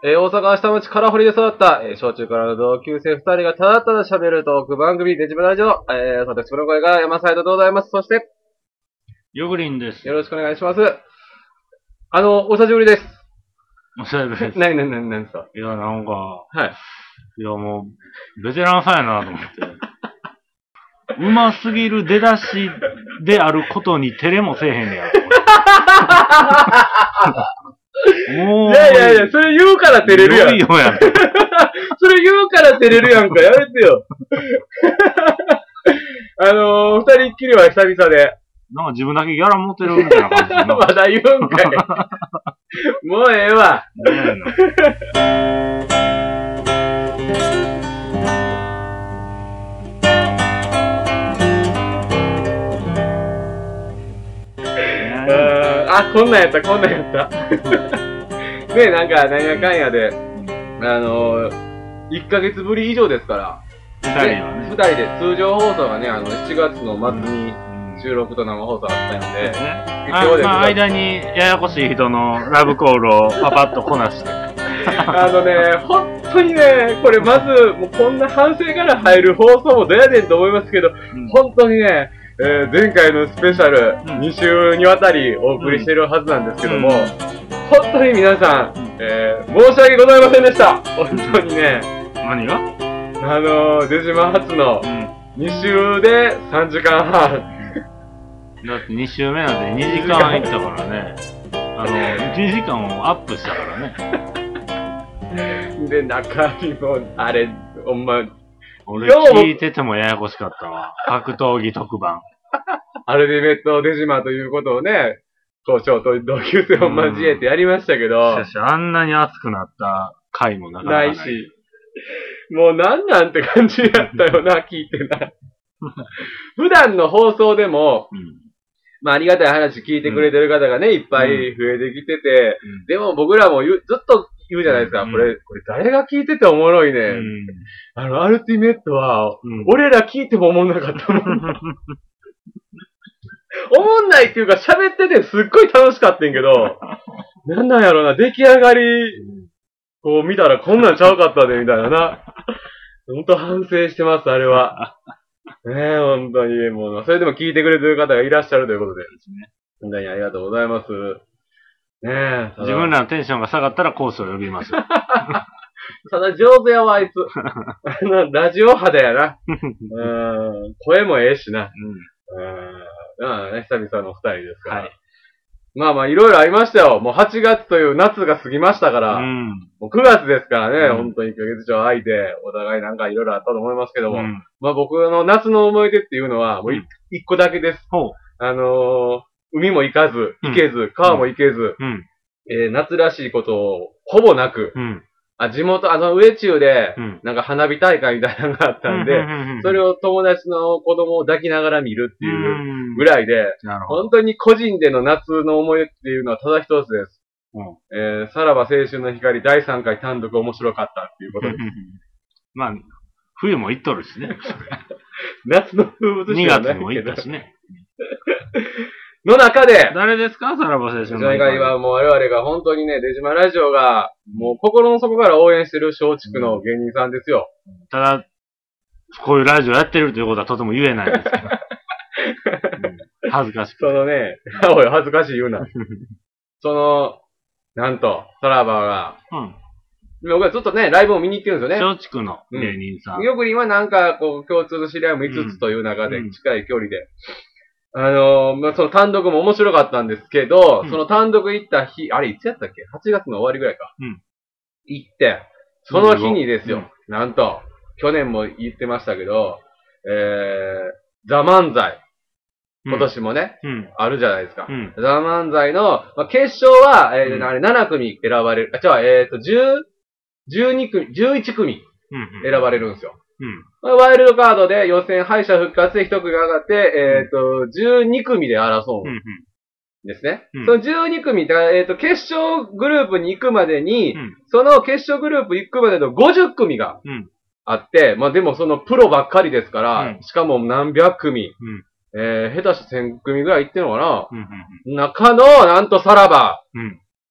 大阪下町から堀で育った、小中からの同級生2人がただただ喋るトーク番組、デジマラジオ。私の声が山サイドでございます。そして、 ヨグリンです。 よろしくお願いします。お久しぶりです。 お久しぶりです。 何ですか？ いや、なんか、 はい。 いや、もう、ベテランさんやなと思って。うますぎる出だしであることに照れもせえへんねや。もう。 いや、それ言うから照れるやん。 いよやん。 それ言うから照れるやんか、やめてよ。二人っきりは久々で。 なんか自分だけギャラ持ってるみたいな感じまだ言うんかい。もうええわ。こんなんやった。ね、なんか、なんやかんやで、1ヶ月ぶり以上ですから、2人で、通常放送がね、7月の末に収録と生放送あったので、 間にややこしい人のラブコールをパパッとこなして。 本当にね、これまず、もうこんな反省から入る放送もどやねんと思いますけど、本当にね、前回のスペシャル、2週にわたりお送りしているはずなんですけども、本当に皆さん、申し訳ございませんでした。本当にね。 何が？ 出島初の2週で3時間半。 だって2週目なんで2時間いったからね。1時間をアップしたからね。で、中身も、あれ、ほんま、 俺聞いててもややこしかったわ。格闘技特番。 アルティメットデジマということをね、校長と同級生を交えてやりましたけど。 しかし、あんなに熱くなった回もなかなかない。 ないし。もうなんて感じやったよな、聞いてな。普段の放送でも、まあありがたい話聞いてくれてる方がね、いっぱい増えてきてて、でも僕らもずっと言うじゃないですか。これ誰が聞いてておもろいね。アルティメットは、俺ら聞いてもおもんなかったもん。おもんないっていうか喋っててすっごい楽しかったんけど、なんやろな、出来上がり、こう見たらこんなんちゃうかったで、みたいなな。ほんと反省してます、あれは。ねえ、ほんとに、もう、それでも聞いてくれてる方がいらっしゃるということで。本当にありがとうございます。ねえ。 自分らのテンションが下がったらコースを呼びます。 ただ上手やわ、あいつ。ラジオ肌やな。声もええしな。久々の2人ですから。はい、まあいろいろありましたよ。もう8月という夏が過ぎましたから。もう9月ですからね、本当に1ヶ月以上空いて、お互いなんかいろいろあったと思いますけども。まあ僕の夏の思い出っていうのは、もう1個だけです。海も行かず、行けず、川も行けず、夏らしいことをほぼなく、地元、上中で、なんか花火大会みたいなのがあったんで、それを友達の子供を抱きながら見るっていうぐらいで、本当に個人での夏の思い出っていうのはただ一つです。さらば青春の光第3回単独面白かったっていうことです。 まあ、冬も行っとるしね。 夏の風物詩はないけど。2月も行ったしね。 の中で、 誰ですか？さらば青春の光はもう我々が本当にね、デジマラジオが、もう心の底から応援してる松竹の芸人さんですよ。 ただ、こういうラジオやってるということはとても言えないですから。恥ずかしく。 そのね、おい、恥ずかしい言うな。なんと、さらばが、僕はずっとね、ライブを見に行ってるんですよね。 松竹の芸人さん。 よく今なんか、こう、共通の知り合いも5つという中で、近い距離で。その単独も面白かったんですけど、その単独行った日、あれいつやったっけ？ 8 月の終わりぐらいか。行って、その日にですよ、なんと、去年も言ってましたけど、ザ・漫才。今年もね、あるじゃないですか。ザ・漫才の、決勝は、あれ7組選ばれる、12組、11組選ばれるんですよ。ワイルドカードで予選敗者復活で1組上がって、12組で争うんですね。その12組が、決勝グループに行くまでに、その決勝グループ行くまでの50組があって、まあでもそのプロばっかりですから、しかも何百組、下手して1000組ぐらい行ってんのかな、中の、なんとさらば、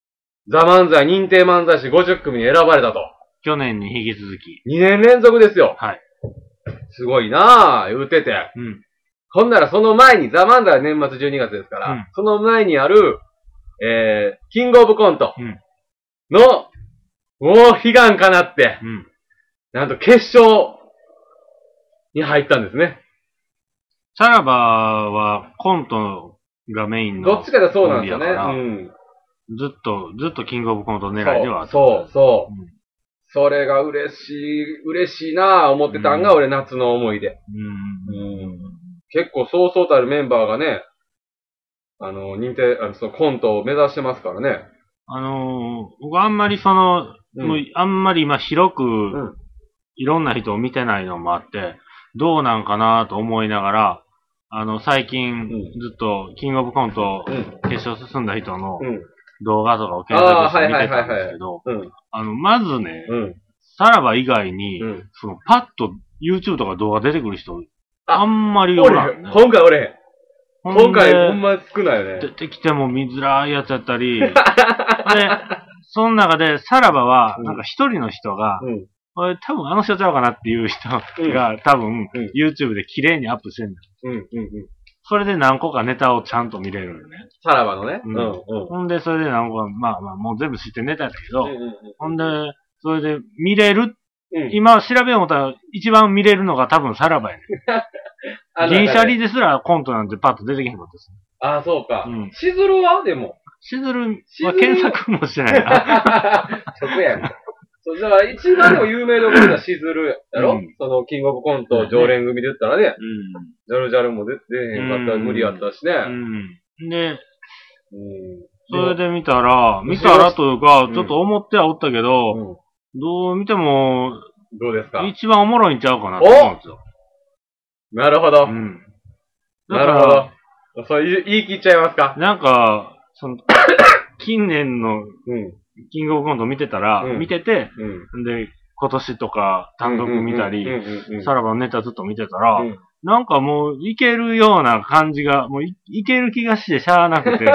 ザ漫才認定漫才師50組に選ばれたと。 去年に引き続き。 2年連続ですよ。 はい。 すごいなぁ、言うてて。 うん。 ほんならその前に、ザ漫才は年末12月ですから、その前にある、キングオブコントの、もう悲願かなって、なんと決勝に入ったんですね。 さらばはコントがメインの。 どっちかでそうなんですよね。ずっとキングオブコント狙いではあった。 そう。それが嬉しいなぁ思ってたんが俺夏の思い出。結構そうそうたるメンバーがね、認定、そのコントを目指してますからね。 僕あんまりもうあんまり今広く、いろんな人を見てないのもあって、どうなんかなと思いながら、最近ずっとキングオブコント決勝進んだ人の動画とかを検索して見てたんですけど、まずね、さらば以外に、パッと YouTube とか動画出てくる人、あんまりおらん、ね。 今回おれへん。今回ほんま少ないよね。 出てきても見づらいやつやったり、で、その中でさらばは、なんか一人の人が、これ多分あの人ちゃうかなっていう人が多分 YouTube で綺麗にアップしてんだよ。それで何個かネタをちゃんと見れるよね。 さらばのね。 ほんで、それで何個か、まあもう全部知ってネタだけど、ほんで、それで見れる。今調べよう思ったら一番見れるのが多分さらばやね。銀シャリですらコントなんてパッと出てけへんかったですね。 ああ、そうか。しずるはでも。 しずるは検索もしてないな。 直やん。そう、だから一番でも有名どころがしずるやろ、そのキングオブコント常連組で言ったらね。ジャルジャルも出へんかったら無理やったしね。 で、それで見たらというか、ちょっと思ってはおったけど、どう見ても、 どうですか？ 一番おもろいんちゃうかなと思うんですよ。 なるほど。なるほど。そう言い切っちゃいますか？ なんか、近年の、キングオブコント見てて、で、今年とか単独見たり、さらばのネタずっと見てたら、なんかもういけるような感じが、もういける気がしてしゃあなくて、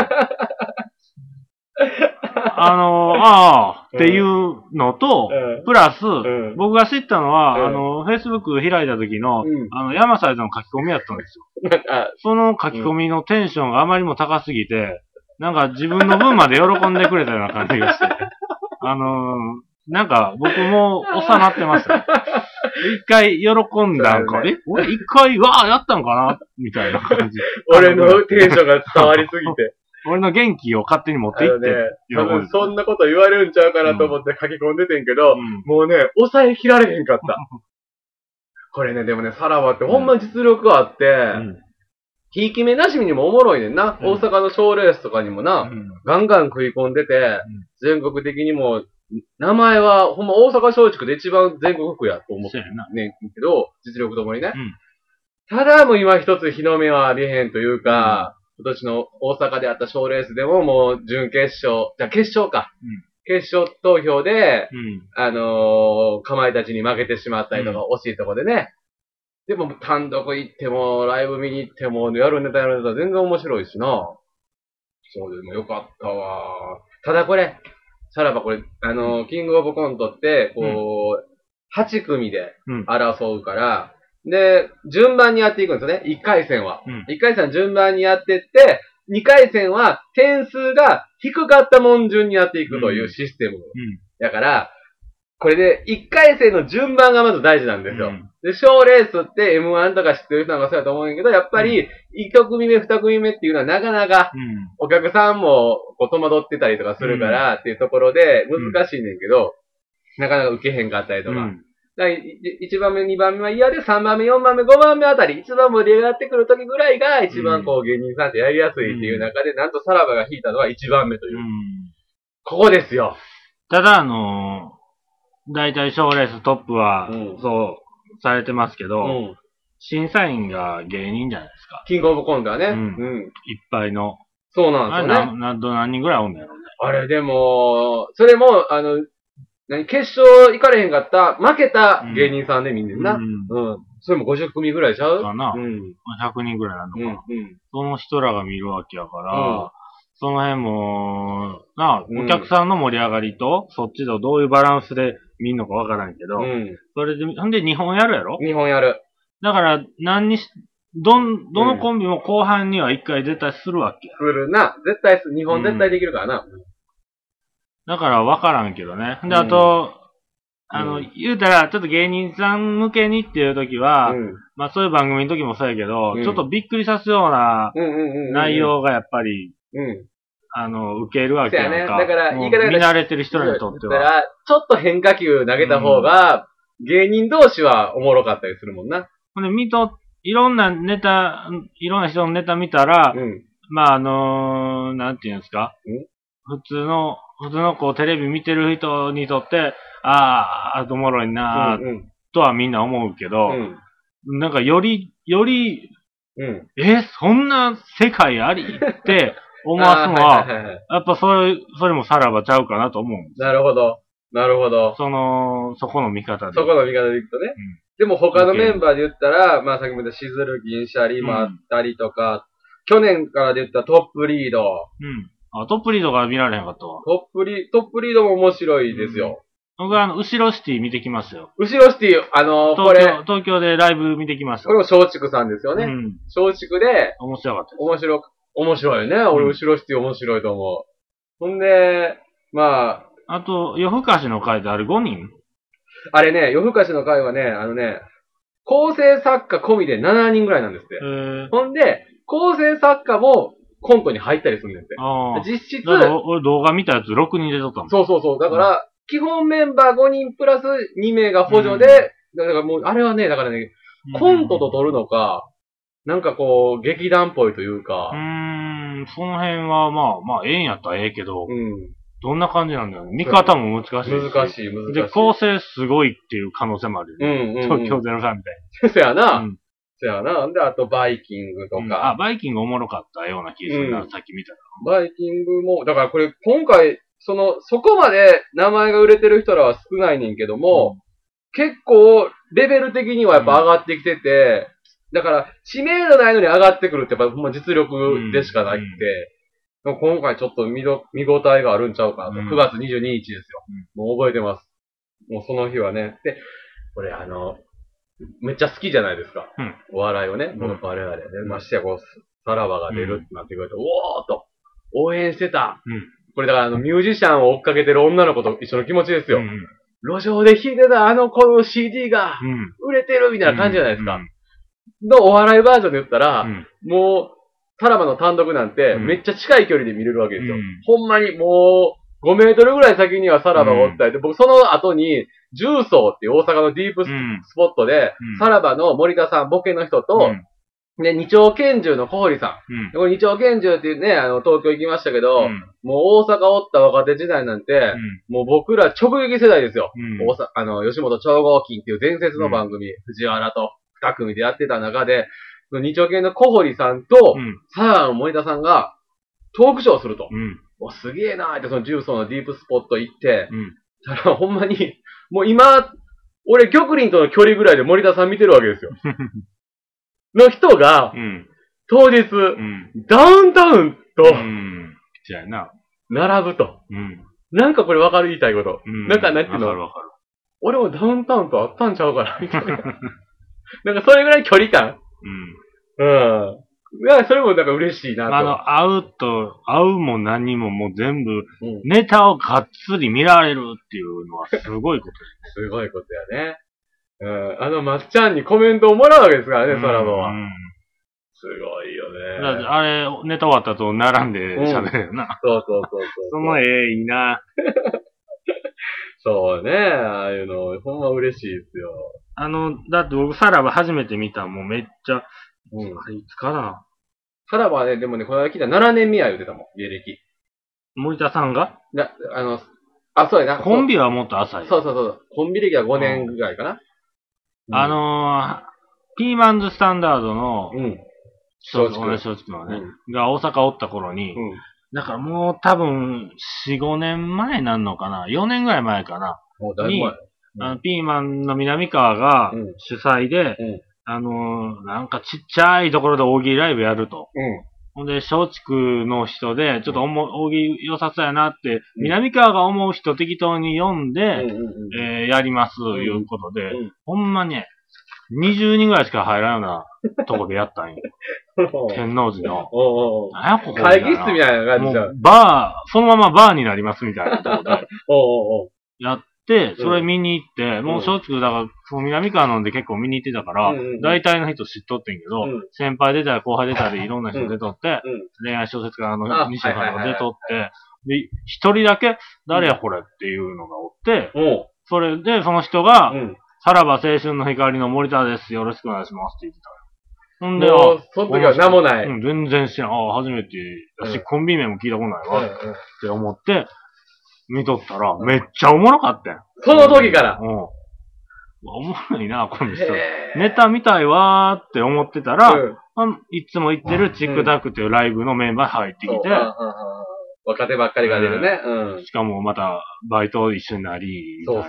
っていうのと、プラス、僕が知ったのは、Facebook 開いた時の、山サイズの書き込みやったんですよ。その書き込みのテンションがあまりにも高すぎて、なんか自分の分まで喜んでくれたような感じがして、なんか僕も収まってました。一回喜んだんか、俺一回、わーやったんかなみたいな感じ。 俺のテンションが伝わりすぎて。 俺の元気を勝手に持っていって。 多分そんなこと言われるんちゃうかなと思って書き込んでてんけど、もうね、抑えきられへんかった。これね、でもね、さらばってほんま実力があって、ひいき目なしみにもおもろいねんな。大阪の賞レースとかにもな、ガンガン食い込んでて、全国的にも、名前はほんま大阪松竹で一番全国区やと思ってねんけど、実力ともにね。ただもう今一つ日の目はありへんというか、今年の大阪であった賞レースでももう準決勝、決勝か。決勝投票で、かまいたちに負けてしまったりとか、惜しいとこでね。でも単独行っても、ライブ見に行っても、やるネタ全然面白いしな。そうでもよかったわ。ただこれ、さらばこれ、キングオブコントって、こう、8組で争うから、で、順番にやっていくんですよね。1回戦は。1回戦は順番にやってって、2回戦は点数が低かったもん順にやっていくというシステム。だから、これで1回戦の順番がまず大事なんですよ。で、賞レースって M1 とか知ってる人なんかそうやと思うんやけど、やっぱり、1組目、2組目っていうのはなかなか、お客さんも戸惑ってたりとかするからっていうところで難しいねんけど、なかなか受けへんかったりとか。1番目、2番目は嫌で、3番目、4番目、5番目あたり、一番盛り上がってくる時ぐらいが、一番こう芸人さんってやりやすいっていう中で、なんとさらばが引いたのは1番目という。ここですよ。 ただ大体賞レーストップは、そうされてますけど、審査員が芸人じゃないですか。 キングオブコントはね。いっぱいの。 そうなんですよね。 何人ぐらいおんのやろうね。 あれでも、それも、決勝行かれへんかった、負けた芸人さんで見んねんな。それも50組ぐらいちゃうかな。100人ぐらいなのかな。その人らが見るわけやから、 その辺も、お客さんの盛り上がりと、そっちとどういうバランスで見んのかわからんけど、それで、ほんで2本やるやろ ?2 本やる。 だから、どのコンビも後半には1回絶対するわけ。 するな。絶対2本絶対できるからな。 だからわからんけどね。で、あと、言うたら、ちょっと芸人さん向けにっていう時は、まあそういう番組の時もそうやけど、ちょっとびっくりさすような内容がやっぱり、受けるわけやんか。 だから、 言い方が見慣れてる人にとっては。 だから、ちょっと変化球投げた方が、芸人同士はおもろかったりするもんな。 ほんで、いろんな人のネタ見たら、まあなんていうんですか、普通のこうテレビ見てる人にとって、おもろいなとはみんな思うけど、なんかより、そんな世界ありって思わすのは、やっぱそれもさらばちゃうかなと思うんです。 なるほど。 そこの見方で。 そこの見方でいくとね。でも他のメンバーで言ったら、まあさっきも言ったしずる銀シャリもあったりとか、去年からで言ったトップリード。 トップリードが見られへんかったわ。 トップリードも面白いですよ。 僕は後ろシティ見てきますよ。 後ろシティ、 東京でライブ見てきました。 これも松竹さんですよね。松竹で、 面白かったです。 面白いね。俺後ろシティ面白いと思う。ほんで、まあ。 あと、夜更かしの会であれ5人？ あれね、夜更かしの会はね、構成作家込みで7人ぐらいなんですって。ほんで、構成作家もコントに入ったりするんですって。実質。 俺動画見たやつ6人で撮ったもん。 そう。だから、基本メンバー5人プラス2名が補助で、だからもう、あれはね、だからね、コントと撮るのか、なんかこう、劇団っぽいというか。 その辺はまあ、ええんやったらええけど、どんな感じなんだよね。見方も難しい。 難しい。 で、構成すごいっていう可能性もあるよね。東京03みたいな。 そやな。で、あと、バイキングとか。 バイキングおもろかったような気がするな、さっき見たら。 バイキングも、だからこれ、今回、そこまで名前が売れてる人らは少ないねんけども、結構、レベル的にはやっぱ上がってきてて、だから、知名度ないのに上がってくるってやっぱほんま実力でしかないって、今回ちょっと見応えがあるんちゃうかなと。9月22日ですよ。もう覚えてます。もうその日はね。で、これめっちゃ好きじゃないですか。お笑いをね。我々ね。ましてやさらばが出るってなってくると、おーっと、応援してた。これだからミュージシャンを追っかけてる女の子と一緒の気持ちですよ。路上で弾いてた子の CD が売れてるみたいな感じじゃないですか。のお笑いバージョンで言ったら、もう、さらばの単独なんて、めっちゃ近い距離で見れるわけですよ。ほんまにもう、5メートルぐらい先にはさらばがおったりで、僕その後に、重曹っていう大阪のディープスポットで、さらばの森田さん、ボケの人と、で、二丁拳銃の小堀さん。これ二丁拳銃っていうね、東京行きましたけど、もう大阪おった若手時代なんて、もう僕ら直撃世代ですよ。吉本超合金っていう伝説の番組、藤原と二組でやってた中で、二丁拳の小堀さんと、さらばの森田さんが、トークショーをすると。すげえなーって、その重曹のディープスポット行って、だからほんまに、もう今、俺玉林との距離ぐらいで森田さん見てるわけですよ。の人が、当日、ダウンタウンと、並ぶと。なんかこれ分かる言いたいこと。なんかなんていうの、俺もダウンタウンとあったんちゃうかなみたいな。なんかそれぐらい距離感。いや、それもなんか嬉しいなと。 会うも何ももう全部、ネタをがっつり見られるっていうのはすごいことすごいことやね。まっちゃんにコメントをもらうわけですからね、さらばは。すごいよね。 あれ、ネタ終わった後並んで喋るよな。 そう。 そのいいな。 そうね、ああいうの、ほんま嬉しいですよ。 だって僕さらば初めて見たもうめっちゃ、いつかな。 さらばはね、でもね、この間聞いたら7年目や言うてたもん、芸歴。 森田さんがそうやな。 コンビはもっと浅い。 そう。コンビ歴は5年ぐらいかな。 ピーマンズスタンダードの、 松竹のね、が大阪おった頃に、だからもう多分、4、5年前なんのかな ?4 年ぐらい前かなもうだいぶ前。 ピーマンの南川が主催で、なんかちっちゃいところで大喜利ライブやると。 ほんで、松竹の人で、ちょっと扇良さそうやなって、南川が思う人適当に読んで、やります、いうことで、ほんまね、20人ぐらいしか入らんようなとこでやったんよ。天王寺の。 会議室みたいな感じじゃん。 そのままバーになりますみたいなとこで。やって、それ見に行って、もう松竹だから、その南川飲んで結構見に行ってたから、大体の人知っとってんけど、先輩出たり後輩出たりいろんな人出とって、恋愛小説家の西野さんが出とって、で、一人だけ、誰やこれっていうのがおって、それでその人が、さらば青春の光の森田です。よろしくお願いしますって言ってたよ。ほんで、 その時は何もない。 全然知らん。初めてだし、コンビ名も聞いたことないわ。って思って、見とったら、めっちゃおもろかったん。 その時から。 おもろいな、この人。ネタ見たいわーって思ってたら、いつも行ってるチックタックっていうライブのメンバー入ってきて、 若手ばっかりが出るね。 しかもまた、バイト一緒になり、 そう。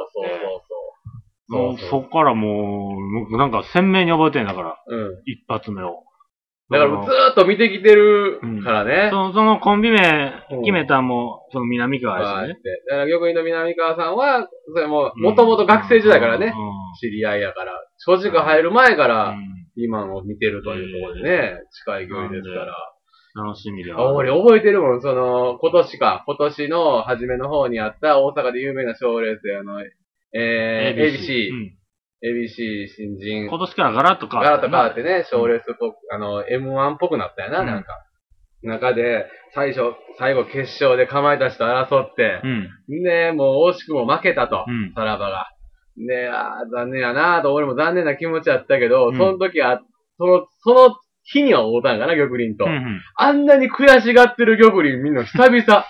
そっからもう、なんか鮮明に覚えてんだから、一発目を。 だからずーっと見てきてるからね。 そのコンビ名決めたも、その南川ですね。 だから玉印の南川さんは、それもともと学生時代からね、知り合いやから、正直入る前から、今を見てるというところでね、近い距離ですから。 楽しみでは。俺覚えてるもん、今年の初めの方にあった大阪で有名な賞レースで、ABC 新人。 今年からガラッと変わってね、賞レースっぽく、M1 っぽくなったよな、なんか。中で、最後決勝でかまいたちと争って、ねもう惜しくも負けたと、さらばが。ね残念やなと、俺も残念な気持ちあったけど、その時は、その日には会うたんかな、玉林と。あんなに悔しがってる玉林見んの久々。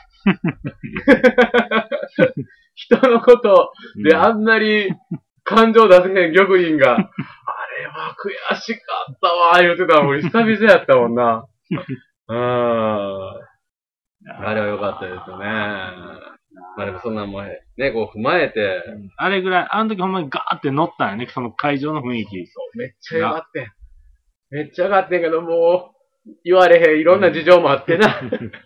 人のことであんなに感情出せへん玉林が、あれは悔しかったわ、言ってたもん。久々やったもんな。あれは良かったですよね。まあでもそんなんもね、こう踏まえて。 あれぐらい、あの時ほんまにガーって乗ったんよね、その会場の雰囲気。 そう、めっちゃ良かったん。めっちゃ良かったんけど、もう、言われへん、いろんな事情もあってな。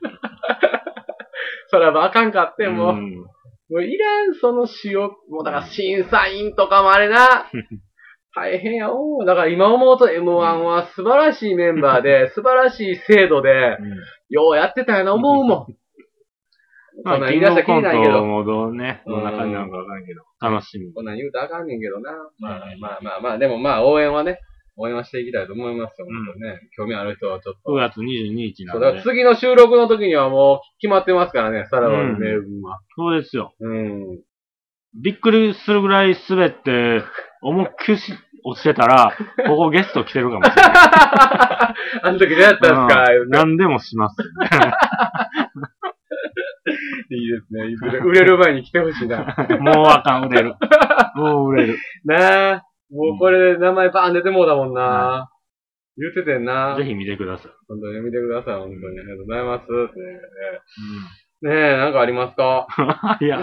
そらばあかんかって、もういらん、そのもうだから審査員とかもあれな。大変やおう。だから今思うと M1 は素晴らしいメンバーで、素晴らしい制度で、ようやってたよな思うもん。 こんなん言い出したらきりないけど。もどうね、どんな感じなのかわかんないけど、楽しみ。 こんなん言うとあかんねんけどな。まあ、でもまあ応援はしていきたいと思いますよ、本当ね。興味ある人はちょっと。 9月22日なんで。 そうだ、次の収録の時にはもう決まってますからね、さらばの名分は。 そうですよ。びっくりするぐらい滑って、思いっきり落ちてたら、ここゲスト来てるかもしれない。 あの時どうやったんですか何でもします。 いいですね。売れる前に来てほしいな。 もうあかん、売れる。もう売れる。 なあ。もうこれで名前バーン出てもうだもんな。言っててんな。 ぜひ見てください。 本当に見てください、本当に。ありがとうございます。ねえ、なんかありますかいや。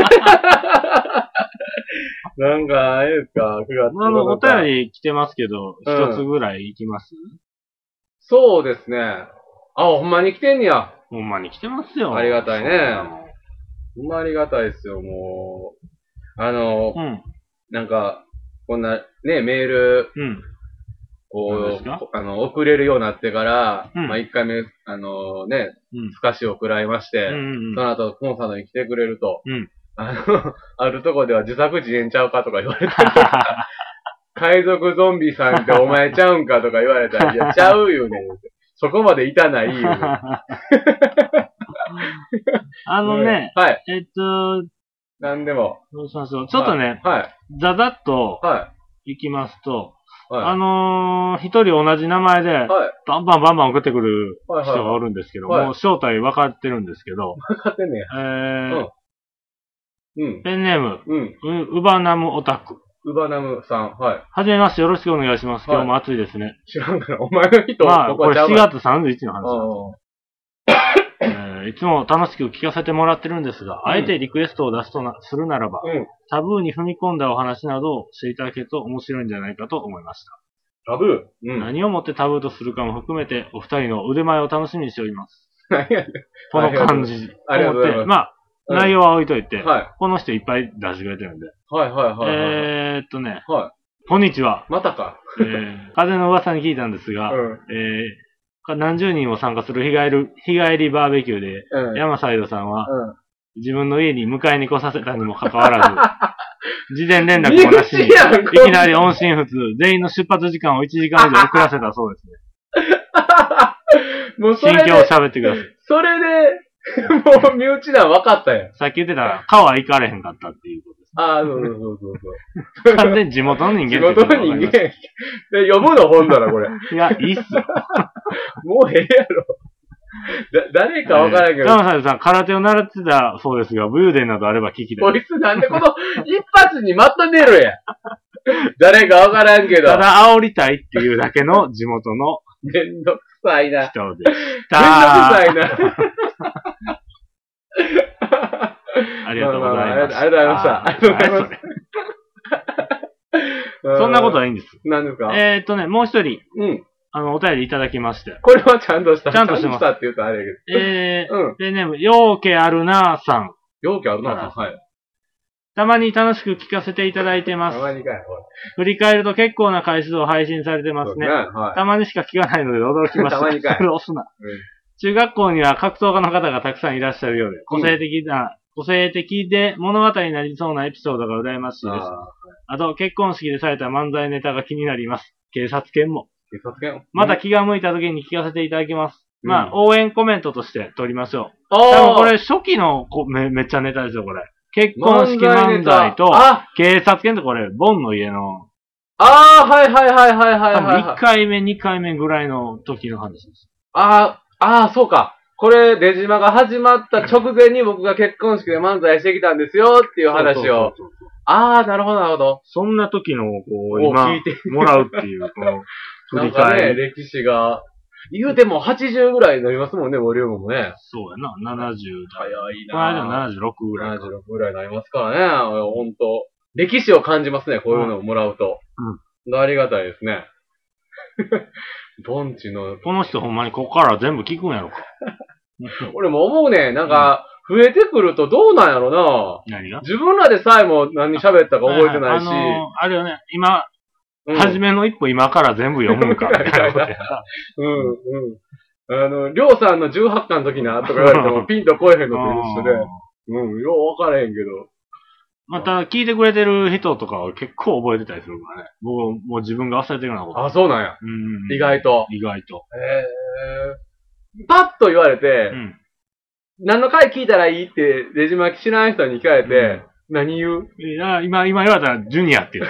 なんか、あれですか ?9 月お便り来てますけど、一つぐらいいきます？ そうですね。あ、ほんまに来てんねや。 ほんまに来てますよ。 ありがたいね。ほんまありがたいですよ、もう。なんか、こんな、ね、メール、こう、送れるようになってから、まあ、1回目、すかしを食らいまして、その後、コンサートに来てくれると、あるとこでは自作自演ちゃうかとか言われたりとか、海賊ゾンビさんってお前ちゃうんかとか言われたら、いや、ちゃうよね。そこまでいたないよね。はい。なんでも。 どうしましょう。ちょっとね、ざざっと、いきますと、一人同じ名前で、バンバン送ってくる人がおるんですけど、もう正体分かってるんですけど、 分かってんねや。 ペンネーム、ウバナムオタク。 ウバナムさん、 はじめまして、よろしくお願いします。今日も暑いですね。 知らんから、お前の人、 これ4月31日の話なんです。いつも楽しく聞かせてもらってるんですが、あえてリクエストを出するならば、タブーに踏み込んだお話などをしていただけると面白いんじゃないかと思いました。 タブー、 何をもってタブーとするかも含めて、お二人の腕前を楽しみにしております。 何やねん。 この感じ。 ありがとうございます。 まあ、内容は置いといて、この人いっぱい出してくれてるんで。 はい。 こんにちは。 またか。 風の噂に聞いたんですが、何十人も参加する日帰りバーベキューで、山サイドさんは、自分の家に迎えに来させたにもかかわらず、事前連絡もなしに、いきなり音信不通、全員の出発時間を1時間以上遅らせたそうですね。もうそれで、心境を喋ってください。 それで、もう身内なん分かったよ。 さっき言ってた、川行かれへんかったっていうことです。 ああ、そう。 完全に地元の人間って。地元の人間。で、読むの本棚、これ。 いや、いいっすよ。 もうええやろ。誰か分からんけど。 山さんさん、空手を習ってたそうですが、武勇伝などあれば聞きたい。 こいつなんでこの一発にまとめるや。誰か分からんけど。 ただ煽りたいっていうだけの地元の。 めんどくさいな。 人でした。めんどくさいな。 ありがとうございます。 ありがとうございました。ありがとうございます。 そんなことはいいんです。 何ですか？ もう一人。お便りいただきまして。 これはちゃんとした。 ちゃんとしてます。 ちゃんとしたって言うとあれやけど。でね、ようけあるなぁさん。 ようけあるなぁさん。はい。 たまに楽しく聞かせていただいてます。 たまにかい。 振り返ると結構な回数を配信されてますね。たまにしか聞かないので驚きました。 たまにかい。 それ押すな。中学校には格闘家の方がたくさんいらっしゃるようで、個性的で物語になりそうなエピソードが羨ましいです。あと、結婚式でされた漫才ネタが気になります。警察犬も。また気が向いた時に聞かせていただきます。まあ、応援コメントとして取りましょう。多分これ初期のめっちゃネタですよ、これ。結婚式漫才と、警察犬とこれ、ボンの家の。 はい。 多分1回目、2回目ぐらいの時の話です。 そうか。これ、出島が始まった直前に僕が結婚式で漫才してきたんですよっていう話を。なるほど、なるほど。 そんな時の、今、もらうっていう、この、 振り返り。歴史が。言うても80ぐらいになりますもんね、ボリュームもね。 そうやな、70代。 早いな。 この間76ぐらい。 76ぐらいになりますからね、ほんと。歴史を感じますね、こういうのをもらうと。ありがたいですね。ボンチの。 この人ほんまにここから全部聞くんやろか。 俺も思うね、なんか、増えてくるとどうなんやろな。 何が？ 自分らでさえも何喋ったか覚えてないし。 あれよね、今、初めの一歩今から全部読むんか、みたいなことやな。りょうさんの18巻の時な、とか言われてもピンとこえへんのと一緒で。よう分からへんけど。 また、聞いてくれてる人とかは結構覚えてたりするからね。僕、もう自分が忘れてるようなこと。 そうなんや。意外と。パッと言われて、何の回聞いたらいいって、出島知らん人に聞かれて、何言う？ 今言われたら、ジュニアって言う。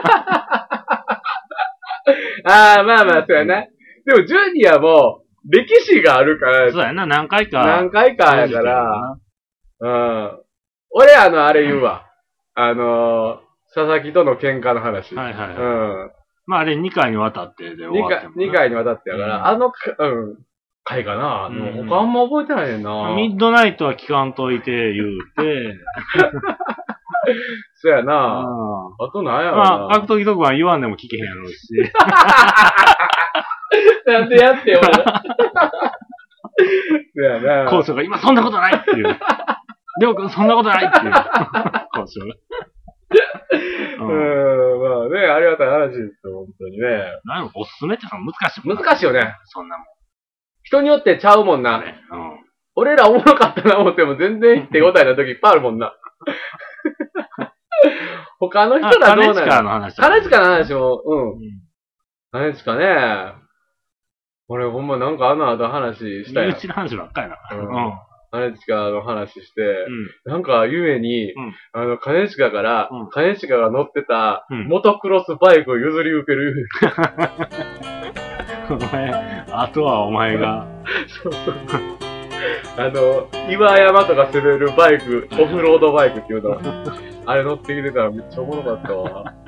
まあ、そうやな。でも、ジュニアも、歴史があるから。 そうやな、何回かやから。俺、あれ言うわ。佐々木との喧嘩の話。まあ、あれ2回にわたってで終わっても 2回にわたってやから、回かな。他あんま覚えてないねんな。 ミッドナイトは聞かんといて言うて。 そうやな。あとなんやろな。 格闘技特番言わんでも聞けへんやろうし。 なんでやってよ、そうやな。 交渉が今そんなことないっていう。りょうくんそんなことないっていう。交渉が。 まあね、ありがたい話ですよ、本当にね。 なんかおすすめってのは難しい。 難しいよね。 そんなもん。 人によってちゃうもんな。俺らおもろかったな思っても全然手応えの時いっぱいあるもんな。他の人らどうなの？ 金近の話。 金近の話も、金近ね。俺ほんまなんかあの後話したやん。 身内の話ばっかりな。 金近の話して、なんかゆえに、金近から、金近が乗ってた、モトクロスバイクを譲り受ける。 お前、あとはお前が。 そう。岩山とか滑るバイク、オフロードバイクっていうの。あれ乗ってきてたらめっちゃおもろかったわ。